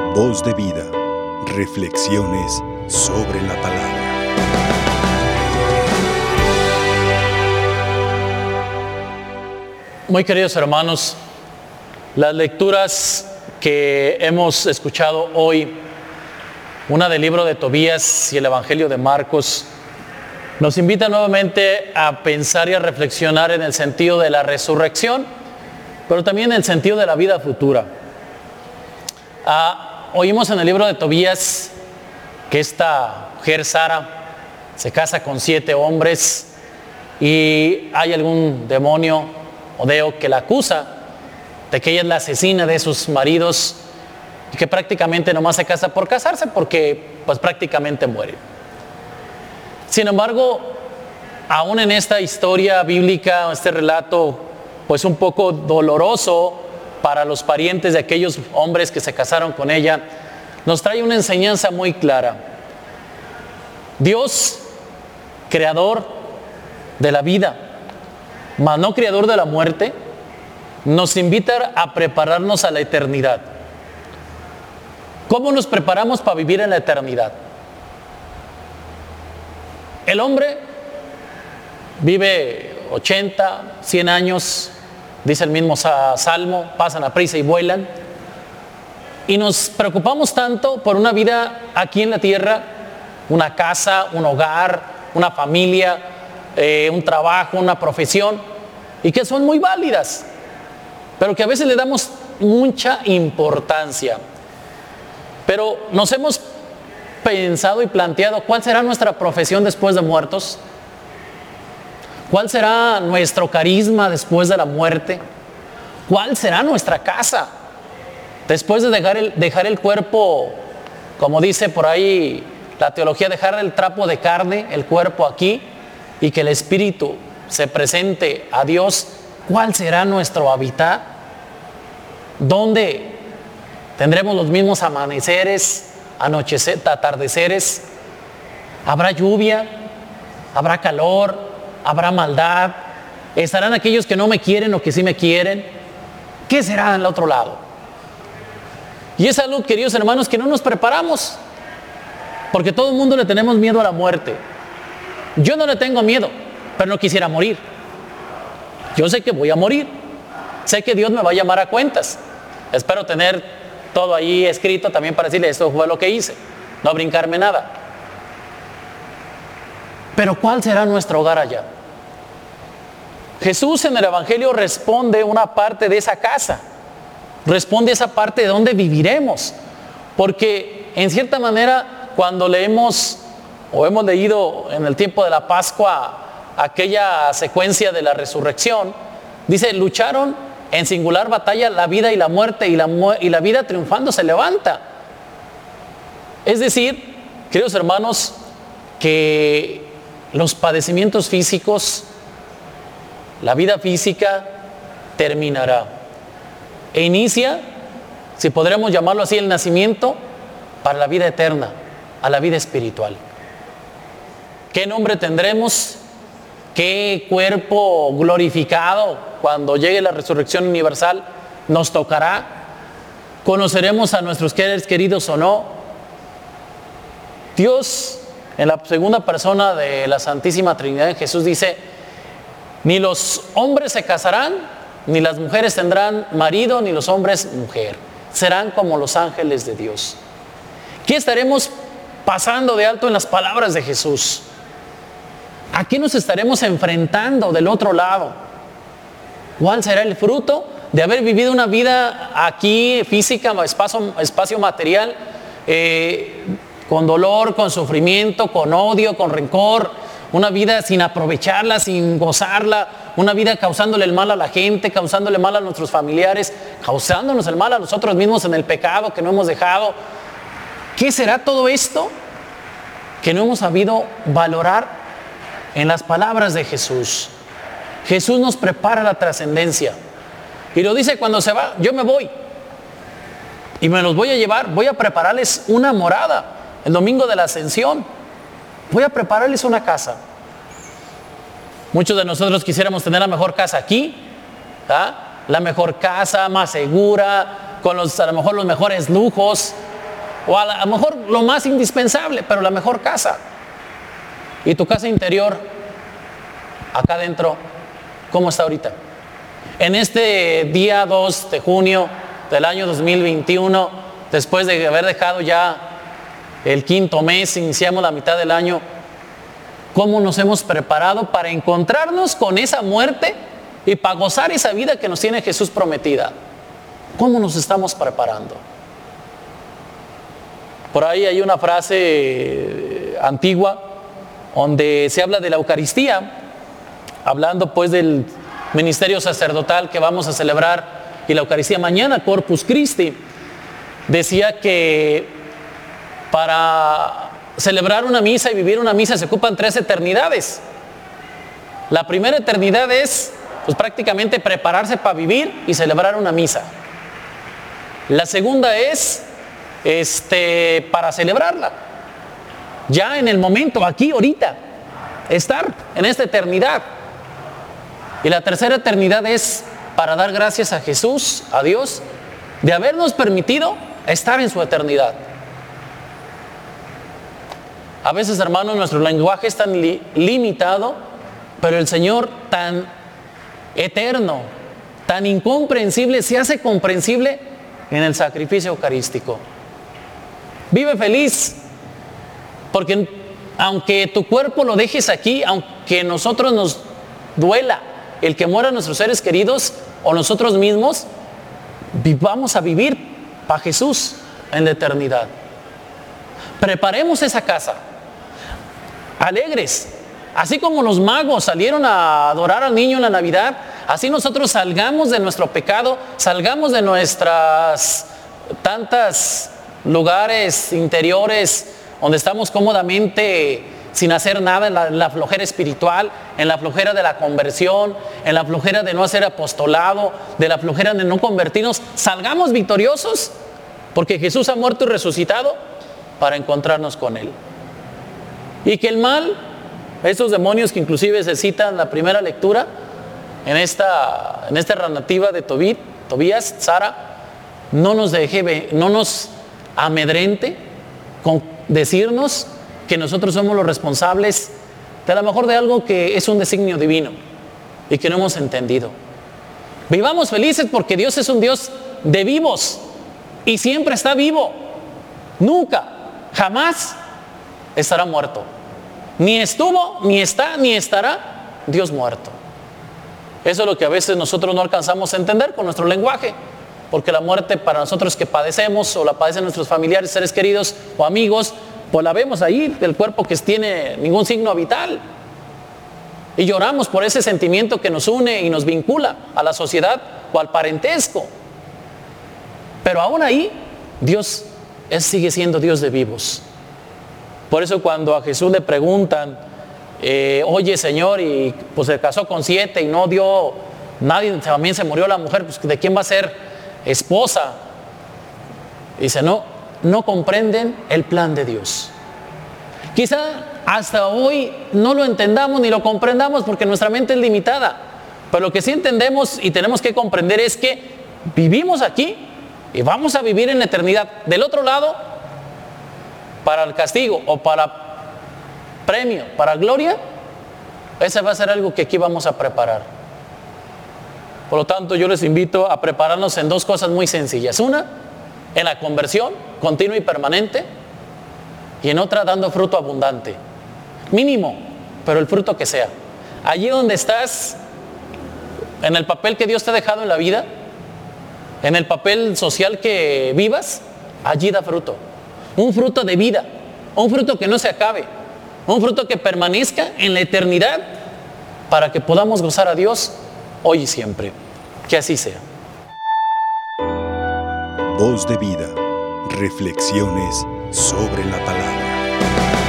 Voz de vida. Reflexiones sobre la palabra. Muy queridos hermanos, las lecturas que hemos escuchado hoy, una del libro de Tobías y el Evangelio de Marcos, nos invita nuevamente a pensar y a reflexionar en el sentido de la resurrección, pero también en el sentido de la vida futura. Oímos en el libro de Tobías que esta mujer Sara se casa con 7 hombres y hay algún demonio o deo que la acusa de que ella es la asesina de sus maridos y que prácticamente nomás se casa por casarse porque pues prácticamente muere. Sin embargo, aún en esta historia bíblica, este relato pues un poco doloroso para los parientes de aquellos hombres que se casaron con ella, nos trae una enseñanza muy clara. Dios, creador de la vida, mas no creador de la muerte, nos invita a prepararnos a la eternidad. ¿Cómo nos preparamos para vivir en la eternidad? El hombre vive 80, 100 años, dice el mismo Salmo, pasan a prisa y vuelan. Y nos preocupamos tanto por una vida aquí en la tierra, una casa, un hogar, una familia, un trabajo, una profesión, y que son muy válidas, pero que a veces le damos mucha importancia. Pero nos hemos pensado y planteado, ¿cuál será nuestra profesión después de muertos? ¿Cuál será nuestro carisma después de la muerte? ¿Cuál será nuestra casa? Después de dejar el cuerpo, como dice por ahí la teología, dejar el trapo de carne, el cuerpo aquí, y que el espíritu se presente a Dios, ¿cuál será nuestro hábitat? ¿Dónde tendremos los mismos amaneceres, atardeceres? ¿Habrá lluvia? ¿Habrá calor? ¿Habrá maldad? ¿Estarán aquellos que no me quieren o que sí me quieren? ¿Qué será en el otro lado? Y es algo, queridos hermanos, que no nos preparamos, porque todo el mundo le tenemos miedo a la muerte. Yo no le tengo miedo, pero no quisiera morir. Yo sé que voy a morir. Sé que Dios me va a llamar a cuentas. Espero tener todo ahí escrito también para decirle, esto fue lo que hice, no brincarme nada. Pero ¿cuál será nuestro hogar allá? Jesús en el Evangelio responde una parte de esa casa, responde esa parte de donde viviremos, porque en cierta manera cuando leemos o hemos leído en el tiempo de la Pascua aquella secuencia de la resurrección, dice, lucharon en singular batalla la vida y la muerte, y la vida triunfando se levanta. Es decir, queridos hermanos, que los padecimientos físicos, la vida física terminará e inicia, si podremos llamarlo así, el nacimiento para la vida eterna, a la vida espiritual. ¿Qué nombre tendremos? ¿Qué cuerpo glorificado cuando llegue la resurrección universal nos tocará? ¿Conoceremos a nuestros seres queridos o no? Dios, en la segunda persona de la Santísima Trinidad, en Jesús dice, ni los hombres se casarán, ni las mujeres tendrán marido, ni los hombres mujer. Serán como los ángeles de Dios. ¿Qué estaremos pasando de alto en las palabras de Jesús? ¿A qué nos estaremos enfrentando del otro lado? ¿Cuál será el fruto de haber vivido una vida aquí física, espacio material, con dolor, con sufrimiento, con odio, con rencor, una vida sin aprovecharla, sin gozarla, una vida causándole el mal a la gente, causándole mal a nuestros familiares, causándonos el mal a nosotros mismos en el pecado que no hemos dejado? ¿Qué será todo esto que no hemos sabido valorar en las palabras de Jesús? Jesús nos prepara la trascendencia y lo dice cuando se va, yo me voy y me los voy a llevar, voy a prepararles una morada. El domingo de la Ascensión voy a prepararles una casa. Muchos de nosotros quisiéramos tener la mejor casa aquí, la mejor casa, más segura, con a lo mejor los mejores lujos, O a lo mejor lo más indispensable, pero la mejor casa. Y tu casa interior, acá adentro, ¿cómo está ahorita? En este día 2 de junio del año 2021, después de haber dejado ya el quinto mes, iniciamos la mitad del año, ¿cómo nos hemos preparado para encontrarnos con esa muerte y para gozar esa vida que nos tiene Jesús prometida? ¿Cómo nos estamos preparando? Por ahí hay una frase antigua donde se habla de la Eucaristía, hablando pues del ministerio sacerdotal que vamos a celebrar y la Eucaristía mañana, Corpus Christi. Decía que para celebrar una misa y vivir una misa se ocupan 3 eternidades. La primera eternidad es pues prácticamente prepararse para vivir y celebrar una misa. La segunda es para celebrarla. Ya en el momento, aquí, ahorita, estar en esta eternidad. Y la tercera eternidad es para dar gracias a Jesús, a Dios, de habernos permitido estar en su eternidad. A veces, hermanos, nuestro lenguaje es tan limitado, pero el Señor tan eterno, tan incomprensible, se hace comprensible en el sacrificio eucarístico. Vive feliz, porque aunque tu cuerpo lo dejes aquí, aunque nosotros nos duela el que mueran nuestros seres queridos o nosotros mismos, vamos a vivir para Jesús en la eternidad. Preparemos esa casa, alegres, así como los magos salieron a adorar al niño en la Navidad, así nosotros salgamos de nuestro pecado, salgamos de nuestras tantas lugares interiores donde estamos cómodamente sin hacer nada, en la flojera espiritual, en la flojera de la conversión, en la flojera de no hacer apostolado, de la flojera de no convertirnos. Salgamos victoriosos porque Jesús ha muerto y resucitado para encontrarnos con Él. Y que el mal, esos demonios que inclusive se citan en la primera lectura, en esta narrativa de Tobías, Sara, no nos amedrente con decirnos que nosotros somos los responsables de a lo mejor de algo que es un designio divino y que no hemos entendido. Vivamos felices porque Dios es un Dios de vivos y siempre está vivo. Nunca, jamás estará muerto. Ni estuvo, ni está, ni estará Dios muerto. Eso es lo que a veces nosotros no alcanzamos a entender con nuestro lenguaje, porque la muerte para nosotros que padecemos o la padecen nuestros familiares, seres queridos o amigos, pues la vemos ahí, el cuerpo que tiene ningún signo vital. Y lloramos por ese sentimiento que nos une y nos vincula a la sociedad o al parentesco. Pero aún ahí, Dios sigue siendo Dios de vivos. Por eso cuando a Jesús le preguntan, oye Señor, y pues se casó con 7 y no dio, nadie, también se murió la mujer, pues ¿de quién va a ser esposa? Dice, no comprenden el plan de Dios. Quizá hasta hoy no lo entendamos ni lo comprendamos porque nuestra mente es limitada, pero lo que sí entendemos y tenemos que comprender es que vivimos aquí y vamos a vivir en la eternidad. Del otro lado, para el castigo o para premio, para gloria, ese va a ser algo que aquí vamos a preparar. Por lo tanto, yo les invito a prepararnos en 2 cosas muy sencillas. Una, en la conversión continua y permanente, y en otra, dando fruto abundante. Mínimo, pero el fruto que sea. Allí donde estás, en el papel que Dios te ha dejado en la vida, en el papel social que vivas, allí da fruto. Un fruto de vida, un fruto que no se acabe, un fruto que permanezca en la eternidad para que podamos gozar a Dios hoy y siempre. Que así sea. Voz de vida. Reflexiones sobre la palabra.